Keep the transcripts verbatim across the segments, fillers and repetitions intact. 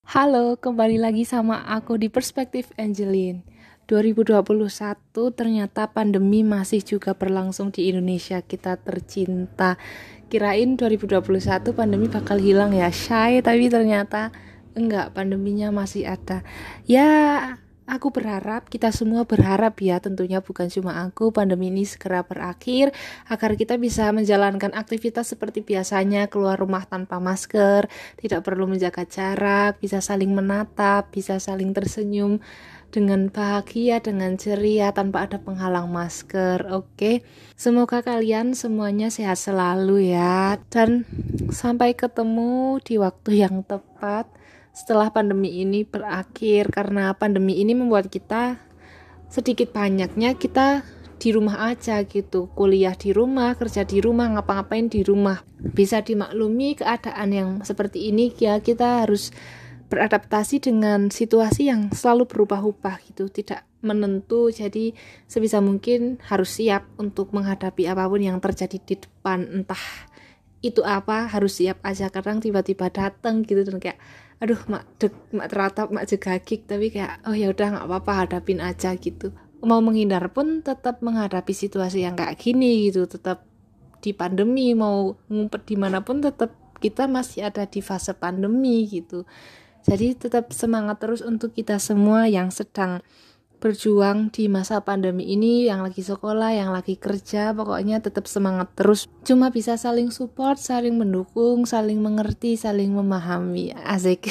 Halo, kembali lagi sama aku di Perspektif Angelin. dua ribu dua puluh satu ternyata pandemi masih juga berlangsung di Indonesia kita tercinta. Kirain dua ribu dua puluh satu pandemi bakal hilang ya, Shay, tapi ternyata enggak, pandeminya masih ada. Ya, aku berharap, kita semua berharap ya, tentunya bukan cuma aku, pandemi ini segera berakhir agar kita bisa menjalankan aktivitas seperti biasanya, keluar rumah tanpa masker, tidak perlu menjaga jarak, bisa saling menatap, bisa saling tersenyum dengan bahagia, dengan ceria, tanpa ada penghalang masker. Oke, semoga kalian semuanya sehat selalu ya, dan sampai ketemu di waktu yang tepat setelah pandemi ini berakhir. Karena pandemi ini membuat kita sedikit banyaknya kita di rumah aja gitu, kuliah di rumah, kerja di rumah, ngapa-ngapain di rumah. Bisa dimaklumi keadaan yang seperti ini ya, kita harus beradaptasi dengan situasi yang selalu berubah-ubah gitu, tidak menentu. Jadi sebisa mungkin harus siap untuk menghadapi apapun yang terjadi di depan, entah itu apa, harus siap aja. Kadang tiba-tiba datang gitu dan kayak aduh mak deg, mak teratap, mak jegagik, tapi kayak oh ya udah nggak apa-apa, hadapin aja gitu. Mau menghindar pun tetap menghadapi situasi yang kayak gini gitu, tetap di pandemi, mau ngumpet dimanapun tetap kita masih ada di fase pandemi gitu. Jadi tetap semangat terus untuk kita semua yang sedang berjuang di masa pandemi ini, yang lagi sekolah, yang lagi kerja, pokoknya tetap semangat terus. Cuma bisa saling support, saling mendukung, saling mengerti, saling memahami. Asik.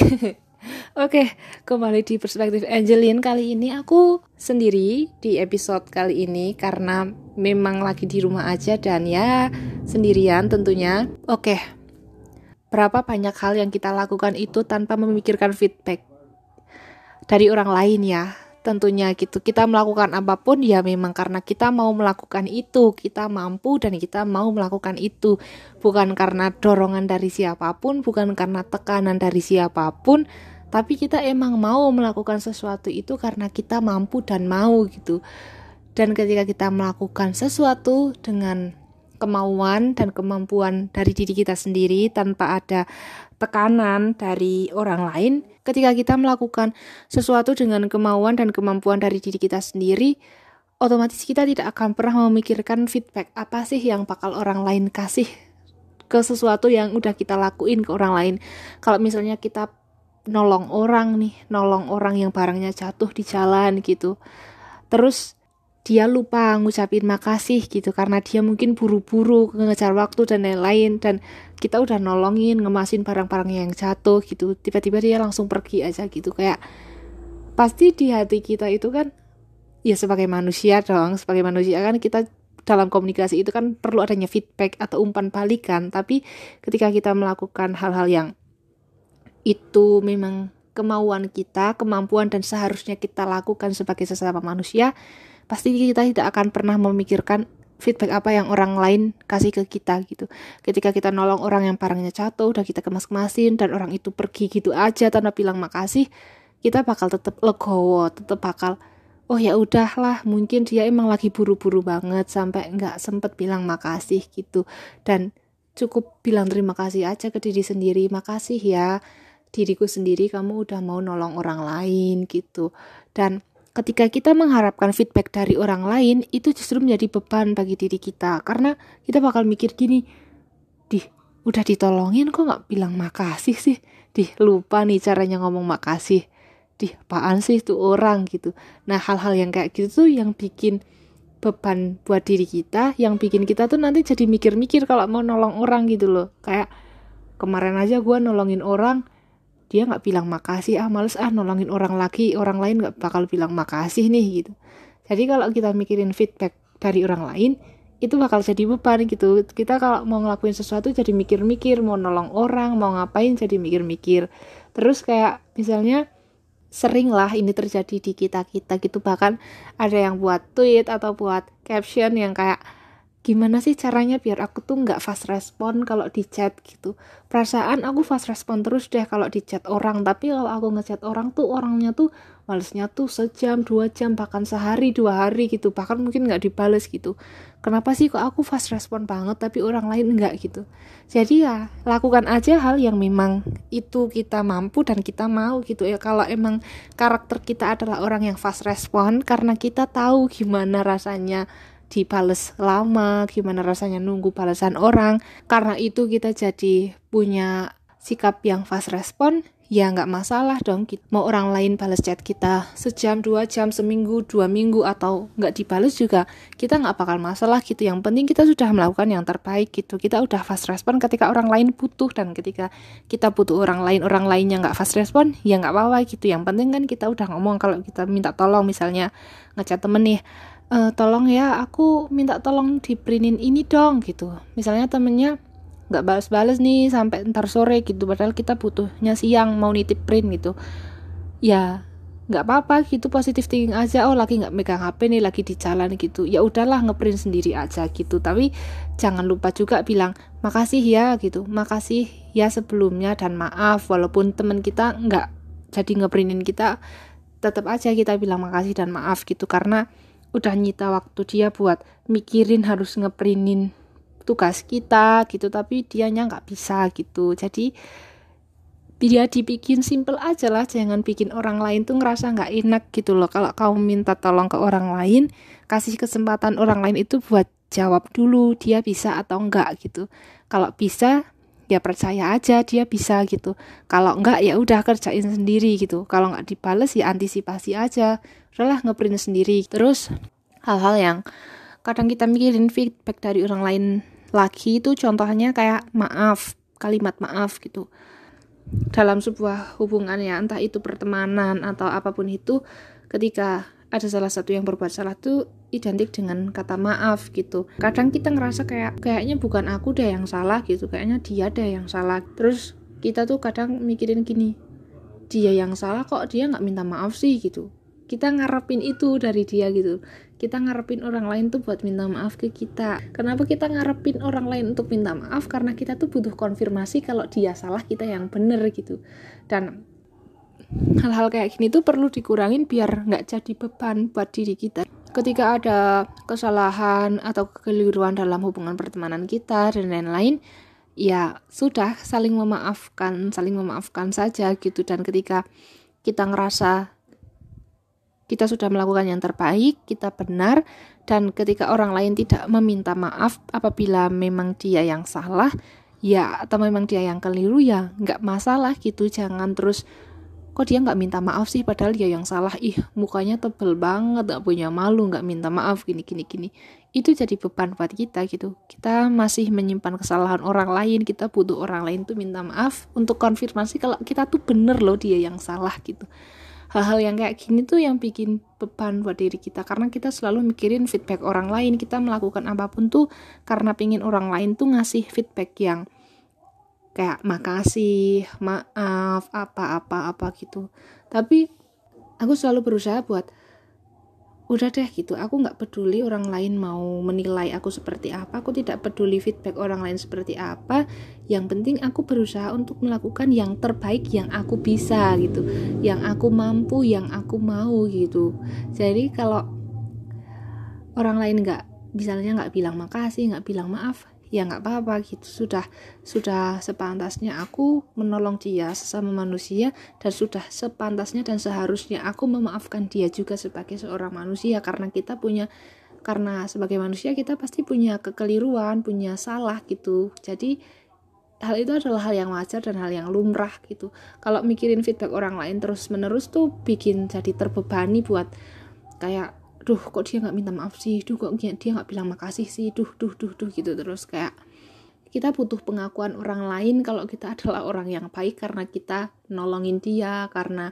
Oke, kembali di Perspektif Angelin. Kali ini aku sendiri di episode kali ini karena memang lagi di rumah aja dan ya sendirian tentunya. Oke, berapa banyak hal yang kita lakukan itu tanpa memikirkan feedback dari orang lain ya. Tentunya gitu, kita melakukan apapun ya memang karena kita mau melakukan itu, kita mampu dan kita mau melakukan itu. Bukan karena dorongan dari siapapun, bukan karena tekanan dari siapapun, tapi kita emang mau melakukan sesuatu itu karena kita mampu dan mau gitu. Dan ketika kita melakukan sesuatu dengan kemauan dan kemampuan dari diri kita sendiri tanpa ada tekanan dari orang lain, ketika kita melakukan sesuatu dengan kemauan dan kemampuan dari diri kita sendiri, otomatis kita tidak akan pernah memikirkan feedback apa sih yang bakal orang lain kasih ke sesuatu yang udah kita lakuin ke orang lain. Kalau misalnya kita nolong orang nih, nolong orang yang barangnya jatuh di jalan gitu, terus dia lupa ngucapin makasih gitu karena dia mungkin buru-buru ngejar waktu dan lain-lain, dan kita udah nolongin ngemasin barang-barangnya yang jatuh gitu, tiba-tiba dia langsung pergi aja gitu. Kayak pasti di hati kita itu kan ya, sebagai manusia dong, sebagai manusia kan kita dalam komunikasi itu kan perlu adanya feedback atau umpan balikan. Tapi ketika kita melakukan hal-hal yang itu memang kemauan kita, kemampuan dan seharusnya kita lakukan sebagai sesama manusia, pasti kita tidak akan pernah memikirkan feedback apa yang orang lain kasih ke kita gitu. Ketika kita nolong orang yang barangnya jatuh, udah kita kemas-kemasin dan orang itu pergi gitu aja tanpa bilang makasih, kita bakal tetap legowo, tetap bakal oh ya udahlah, mungkin dia emang lagi buru-buru banget sampai nggak sempet bilang makasih gitu. Dan cukup bilang terima kasih aja ke diri sendiri, makasih ya diriku sendiri, kamu udah mau nolong orang lain gitu. Dan ketika kita mengharapkan feedback dari orang lain, itu justru menjadi beban bagi diri kita. Karena kita bakal mikir gini, Dih, udah ditolongin kok gak bilang makasih sih? Dih, lupa nih caranya ngomong makasih. Dih, apaan sih tuh orang gitu. Nah, hal-hal yang kayak gitu tuh yang bikin beban buat diri kita, yang bikin kita tuh nanti jadi mikir-mikir kalau mau nolong orang gitu loh. Kayak kemarin aja gue nolongin orang, dia gak bilang makasih, ah males ah nolongin orang lagi, orang lain gak bakal bilang makasih nih gitu. Jadi kalau kita mikirin feedback dari orang lain, itu bakal jadi beban gitu. Kita kalau mau ngelakuin sesuatu jadi mikir-mikir, mau nolong orang, mau ngapain jadi mikir-mikir. Terus kayak misalnya sering lah ini terjadi di kita-kita gitu, bahkan ada yang buat tweet atau buat caption yang kayak gimana sih caranya biar aku tuh nggak fast respon kalau di chat gitu. Perasaan aku fast respon terus deh kalau di chat orang, tapi kalau aku ngechat orang tuh orangnya tuh malesnya tuh sejam, dua jam, bahkan sehari, dua hari gitu, bahkan mungkin nggak dibales gitu. Kenapa sih kok aku fast respon banget tapi orang lain enggak gitu. Jadi ya lakukan aja hal yang memang itu kita mampu dan kita mau gitu ya. Kalau emang karakter kita adalah orang yang fast respon karena kita tahu gimana rasanya dibales lama, gimana rasanya nunggu balasan orang, karena itu kita jadi punya sikap yang fast respon, ya nggak masalah dong. Mau orang lain balas chat kita sejam, dua jam, seminggu, dua minggu, atau nggak dibales juga, kita nggak bakal masalah gitu. Yang penting kita sudah melakukan yang terbaik gitu. Kita udah fast respon ketika orang lain butuh, dan ketika kita butuh orang lain, orang lainnya nggak fast respon, ya nggak apa-apa gitu. Yang penting kan kita udah ngomong. Kalau kita minta tolong, misalnya ngechat temen nih, E, tolong ya, aku minta tolong diprintin ini dong gitu. Misalnya temennya nggak balas-balas nih sampai ntar sore gitu, padahal kita butuhnya siang mau nitip print gitu. Ya nggak apa-apa gitu, positive thinking aja. Oh lagi nggak megang H P nih, lagi di jalan gitu. Ya udahlah, ngeprint sendiri aja gitu. Tapi jangan lupa juga bilang makasih ya gitu, makasih ya sebelumnya dan maaf. Walaupun teman kita nggak jadi ngeprintin kita, tetap aja kita bilang makasih dan maaf gitu, karena udah nyita waktu dia buat mikirin harus ngeprintin tugas kita gitu, tapi dianya nggak bisa gitu. Jadi dia dibikin simple aja lah, jangan bikin orang lain tuh ngerasa nggak enak gitu loh. Kalau kamu minta tolong ke orang lain, kasih kesempatan orang lain itu buat jawab dulu dia bisa atau enggak gitu. Kalau bisa ya percaya aja dia bisa gitu. Kalau enggak ya udah kerjain sendiri gitu. Kalau enggak dibales ya antisipasi aja. Udahlah ngeprint sendiri. Terus hal-hal yang kadang kita mikirin feedback dari orang lain lagi itu, contohnya kayak maaf, kalimat maaf gitu. Dalam sebuah hubungan ya, entah itu pertemanan atau apapun itu, ketika ada salah satu yang berbuat salah tuh identik dengan kata maaf gitu. Kadang kita ngerasa kayak kayaknya bukan aku deh yang salah gitu, kayaknya dia deh yang salah. Terus kita tuh kadang mikirin gini, dia yang salah kok dia nggak minta maaf sih gitu. Kita ngarepin itu dari dia gitu. Kita ngarepin orang lain tuh buat minta maaf ke kita. Kenapa kita ngarepin orang lain untuk minta maaf? Karena kita tuh butuh konfirmasi kalau dia salah, kita yang bener gitu. Dan hal-hal kayak gini tuh perlu dikurangin biar nggak jadi beban buat diri kita. Ketika ada kesalahan atau kekeliruan dalam hubungan pertemanan kita dan lain-lain, ya sudah, saling memaafkan, saling memaafkan saja gitu. Dan ketika kita ngerasa kita sudah melakukan yang terbaik, kita benar, dan ketika orang lain tidak meminta maaf apabila memang dia yang salah, ya atau memang dia yang keliru, ya nggak masalah gitu. Jangan terus, kok dia nggak minta maaf sih padahal dia yang salah, ih mukanya tebel banget, nggak punya malu, nggak minta maaf, gini gini gini. Itu jadi beban buat kita gitu. Kita masih menyimpan kesalahan orang lain, kita butuh orang lain tuh minta maaf untuk konfirmasi kalau kita tuh bener loh dia yang salah gitu. Hal-hal yang kayak gini tuh yang bikin beban buat diri kita, karena kita selalu mikirin feedback orang lain. Kita melakukan apapun tuh karena pingin orang lain tuh ngasih feedback yang kayak makasih, maaf, apa-apa-apa gitu. Tapi aku selalu berusaha buat udah deh gitu, aku gak peduli orang lain mau menilai aku seperti apa, aku tidak peduli feedback orang lain seperti apa. Yang penting aku berusaha untuk melakukan yang terbaik yang aku bisa gitu, yang aku mampu, yang aku mau gitu. Jadi kalau orang lain gak, misalnya gak bilang makasih, gak bilang maaf, ya nggak apa-apa gitu. Sudah sudah sepantasnya aku menolong dia sesama manusia, dan sudah sepantasnya dan seharusnya aku memaafkan dia juga sebagai seorang manusia, karena kita punya karena sebagai manusia kita pasti punya kekeliruan, punya salah gitu. Jadi hal itu adalah hal yang wajar dan hal yang lumrah gitu. Kalau mikirin feedback orang lain terus menerus tuh bikin jadi terbebani buat kayak, duh kok dia nggak minta maaf sih, duh kok dia nggak bilang makasih sih, duh duh duh duh gitu terus. Kayak kita butuh pengakuan orang lain kalau kita adalah orang yang baik, karena kita nolongin dia, karena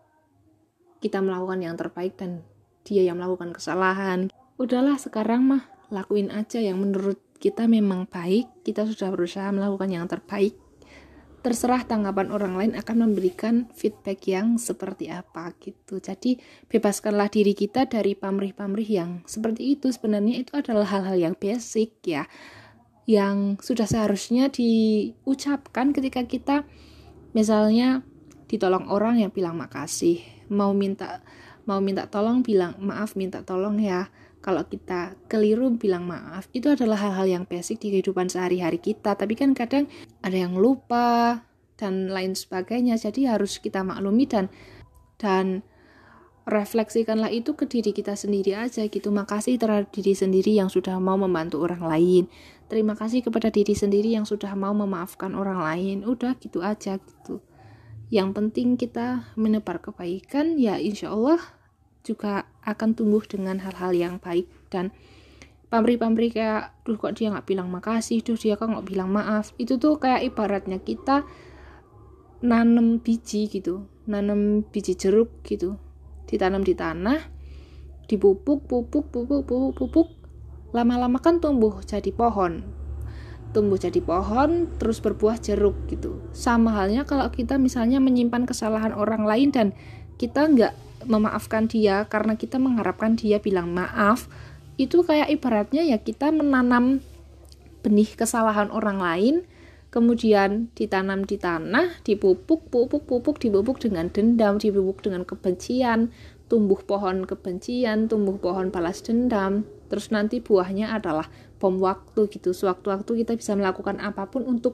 kita melakukan yang terbaik dan dia yang melakukan kesalahan. Udahlah sekarang mah lakuin aja yang menurut kita memang baik. Kita sudah berusaha melakukan yang terbaik, terserah tanggapan orang lain akan memberikan feedback yang seperti apa gitu. Jadi bebaskanlah diri kita dari pamrih-pamrih yang seperti itu. Sebenarnya itu adalah hal-hal yang basic ya, yang sudah seharusnya diucapkan ketika kita misalnya ditolong orang yang bilang makasih, mau minta mau minta tolong bilang maaf, minta tolong ya. Kalau kita keliru bilang maaf, itu adalah hal-hal yang basic di kehidupan sehari-hari kita. Tapi kan kadang ada yang lupa dan lain sebagainya. Jadi harus kita maklumi dan dan refleksikanlah itu ke diri kita sendiri aja gitu. Makasih terhadap diri sendiri yang sudah mau membantu orang lain. Terima kasih kepada diri sendiri yang sudah mau memaafkan orang lain. Udah gitu aja gitu. Yang penting kita menebar kebaikan, ya insya Allah juga akan tumbuh dengan hal-hal yang baik. Dan pamrih-pamrih kayak duh kok dia gak bilang makasih, duh dia kok gak bilang maaf, itu tuh kayak ibaratnya kita nanam biji gitu, nanam biji jeruk gitu, ditanam di tanah, dipupuk, pupuk, pupuk, pupuk, pupuk, lama-lama kan tumbuh jadi pohon, tumbuh jadi pohon, terus berbuah jeruk gitu. Sama halnya kalau kita misalnya menyimpan kesalahan orang lain dan kita nggak memaafkan dia karena kita mengharapkan dia bilang maaf, itu kayak ibaratnya ya kita menanam benih kesalahan orang lain, kemudian ditanam di tanah, dipupuk, pupuk, pupuk, dipupuk dengan dendam, dipupuk dengan kebencian, tumbuh pohon kebencian, tumbuh pohon balas dendam, terus nanti buahnya adalah bom waktu gitu. Sewaktu-waktu kita bisa melakukan apapun untuk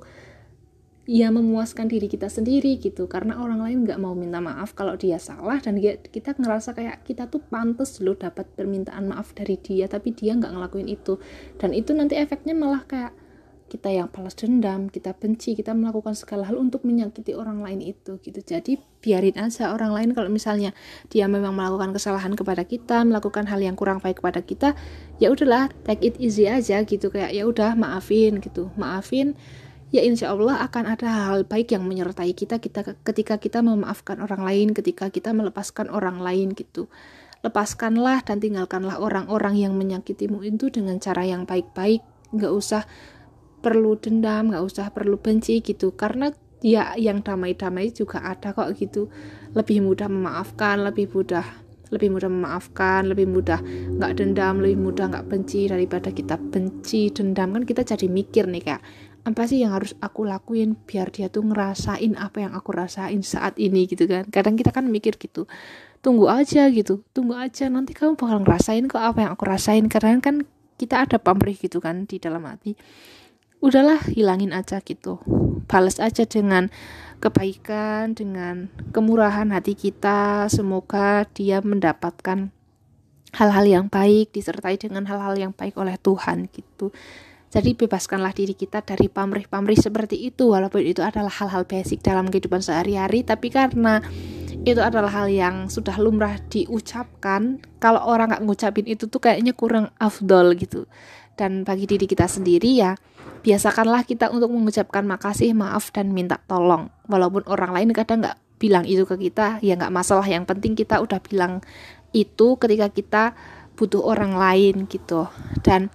ya memuaskan diri kita sendiri gitu, karena orang lain nggak mau minta maaf kalau dia salah, dan kita ngerasa kayak kita tuh pantas loh dapat permintaan maaf dari dia, tapi dia nggak ngelakuin itu, dan itu nanti efeknya malah kayak kita yang balas dendam, kita benci, kita melakukan segala hal untuk menyakiti orang lain itu gitu. Jadi biarin aja orang lain kalau misalnya dia memang melakukan kesalahan kepada kita, melakukan hal yang kurang baik kepada kita, ya udahlah, take it easy aja gitu, kayak ya udah maafin gitu, maafin. Ya insya Allah akan ada hal baik yang menyertai kita, kita ketika kita memaafkan orang lain, ketika kita melepaskan orang lain gitu. Lepaskanlah dan tinggalkanlah orang-orang yang menyakitimu itu dengan cara yang baik-baik. Gak usah perlu dendam, gak usah perlu benci gitu. Karena ya yang damai-damai juga ada kok gitu. Lebih mudah memaafkan, lebih mudah lebih mudah memaafkan, lebih mudah gak dendam, lebih mudah gak benci daripada kita benci, dendam. Kan kita jadi mikir nih kayak, apa sih yang harus aku lakuin biar dia tuh ngerasain apa yang aku rasain saat ini gitu kan. Kadang kita kan mikir gitu, tunggu aja gitu, tunggu aja nanti kamu bakal ngerasain kok apa yang aku rasain. Karena kan kita ada pamrih gitu kan di dalam hati. Udahlah, hilangin aja gitu, balas aja dengan kebaikan, dengan kemurahan hati kita. Semoga dia mendapatkan hal-hal yang baik, disertai dengan hal-hal yang baik oleh Tuhan gitu. Jadi bebaskanlah diri kita dari pamrih-pamrih seperti itu, walaupun itu adalah hal-hal basic dalam kehidupan sehari-hari, tapi karena itu adalah hal yang sudah lumrah diucapkan, kalau orang gak ngucapin itu tuh kayaknya kurang afdol gitu. Dan bagi diri kita sendiri ya, biasakanlah kita untuk mengucapkan makasih, maaf, dan minta tolong. Walaupun orang lain kadang gak bilang itu ke kita, ya gak masalah, yang penting kita udah bilang itu ketika kita butuh orang lain gitu. Dan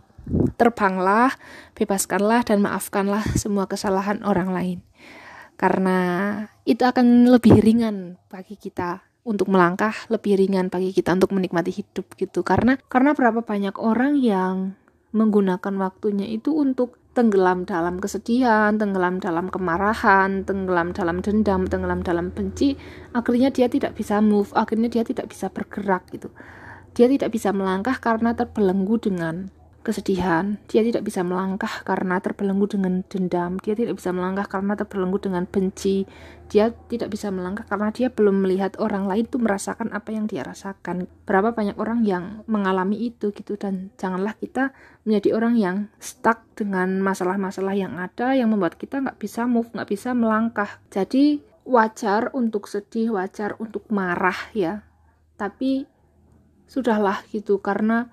terbanglah, bebaskanlah dan maafkanlah semua kesalahan orang lain, karena itu akan lebih ringan bagi kita untuk melangkah, lebih ringan bagi kita untuk menikmati hidup gitu. Karena karena berapa banyak orang yang menggunakan waktunya itu untuk tenggelam dalam kesedihan, tenggelam dalam kemarahan, tenggelam dalam dendam, tenggelam dalam benci, akhirnya dia tidak bisa move, akhirnya dia tidak bisa bergerak gitu. Dia tidak bisa melangkah karena terbelenggu dengan kesedihan, dia tidak bisa melangkah karena terbelenggu dengan dendam, dia tidak bisa melangkah karena terbelenggu dengan benci, dia tidak bisa melangkah karena dia belum melihat orang lain tuh merasakan apa yang dia rasakan. Berapa banyak orang yang mengalami itu gitu, dan janganlah kita menjadi orang yang stuck dengan masalah-masalah yang ada yang membuat kita nggak bisa move, nggak bisa melangkah. Jadi wajar untuk sedih, wajar untuk marah ya, tapi sudahlah gitu, karena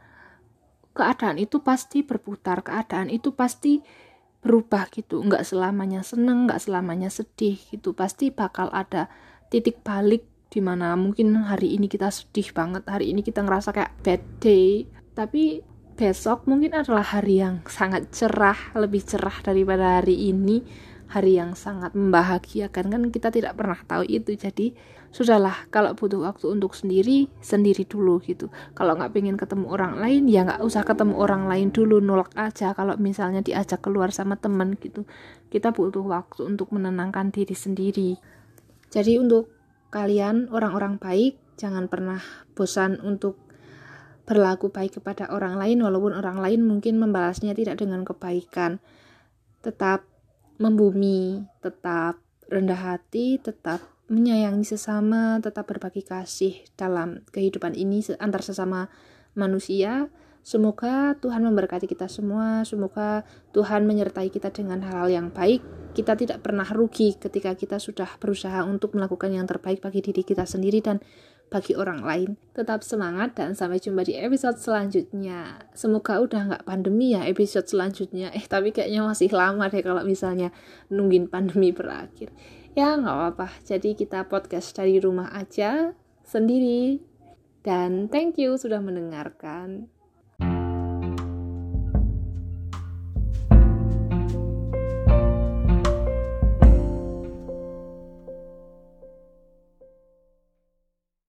keadaan itu pasti berputar, keadaan itu pasti berubah gitu, nggak selamanya seneng, nggak selamanya sedih gitu, pasti bakal ada titik balik di mana mungkin hari ini kita sedih banget, hari ini kita ngerasa kayak bad day, tapi besok mungkin adalah hari yang sangat cerah, lebih cerah daripada hari ini, hari yang sangat membahagiakan, kan kita tidak pernah tahu itu. Jadi sudahlah, kalau butuh waktu untuk sendiri, sendiri dulu gitu. Kalau nggak pengen ketemu orang lain, ya nggak usah ketemu orang lain dulu, nolak aja. Kalau misalnya diajak keluar sama teman gitu, kita butuh waktu untuk menenangkan diri sendiri. Jadi untuk kalian orang-orang baik, jangan pernah bosan untuk berlaku baik kepada orang lain, walaupun orang lain mungkin membalasnya tidak dengan kebaikan. Tetap membumi, tetap rendah hati, tetap menyayangi sesama, tetap berbagi kasih dalam kehidupan ini antar sesama manusia. Semoga Tuhan memberkati kita semua, semoga Tuhan menyertai kita dengan hal-hal yang baik. Kita tidak pernah rugi ketika kita sudah berusaha untuk melakukan yang terbaik bagi diri kita sendiri dan bagi orang lain. Tetap semangat dan sampai jumpa di episode selanjutnya. Semoga udah nggak pandemi ya episode selanjutnya. Eh tapi kayaknya masih lama deh kalau misalnya nungguin pandemi berakhir. Ya nggak apa-apa. Jadi kita podcast dari rumah aja sendiri. Dan thank you sudah mendengarkan.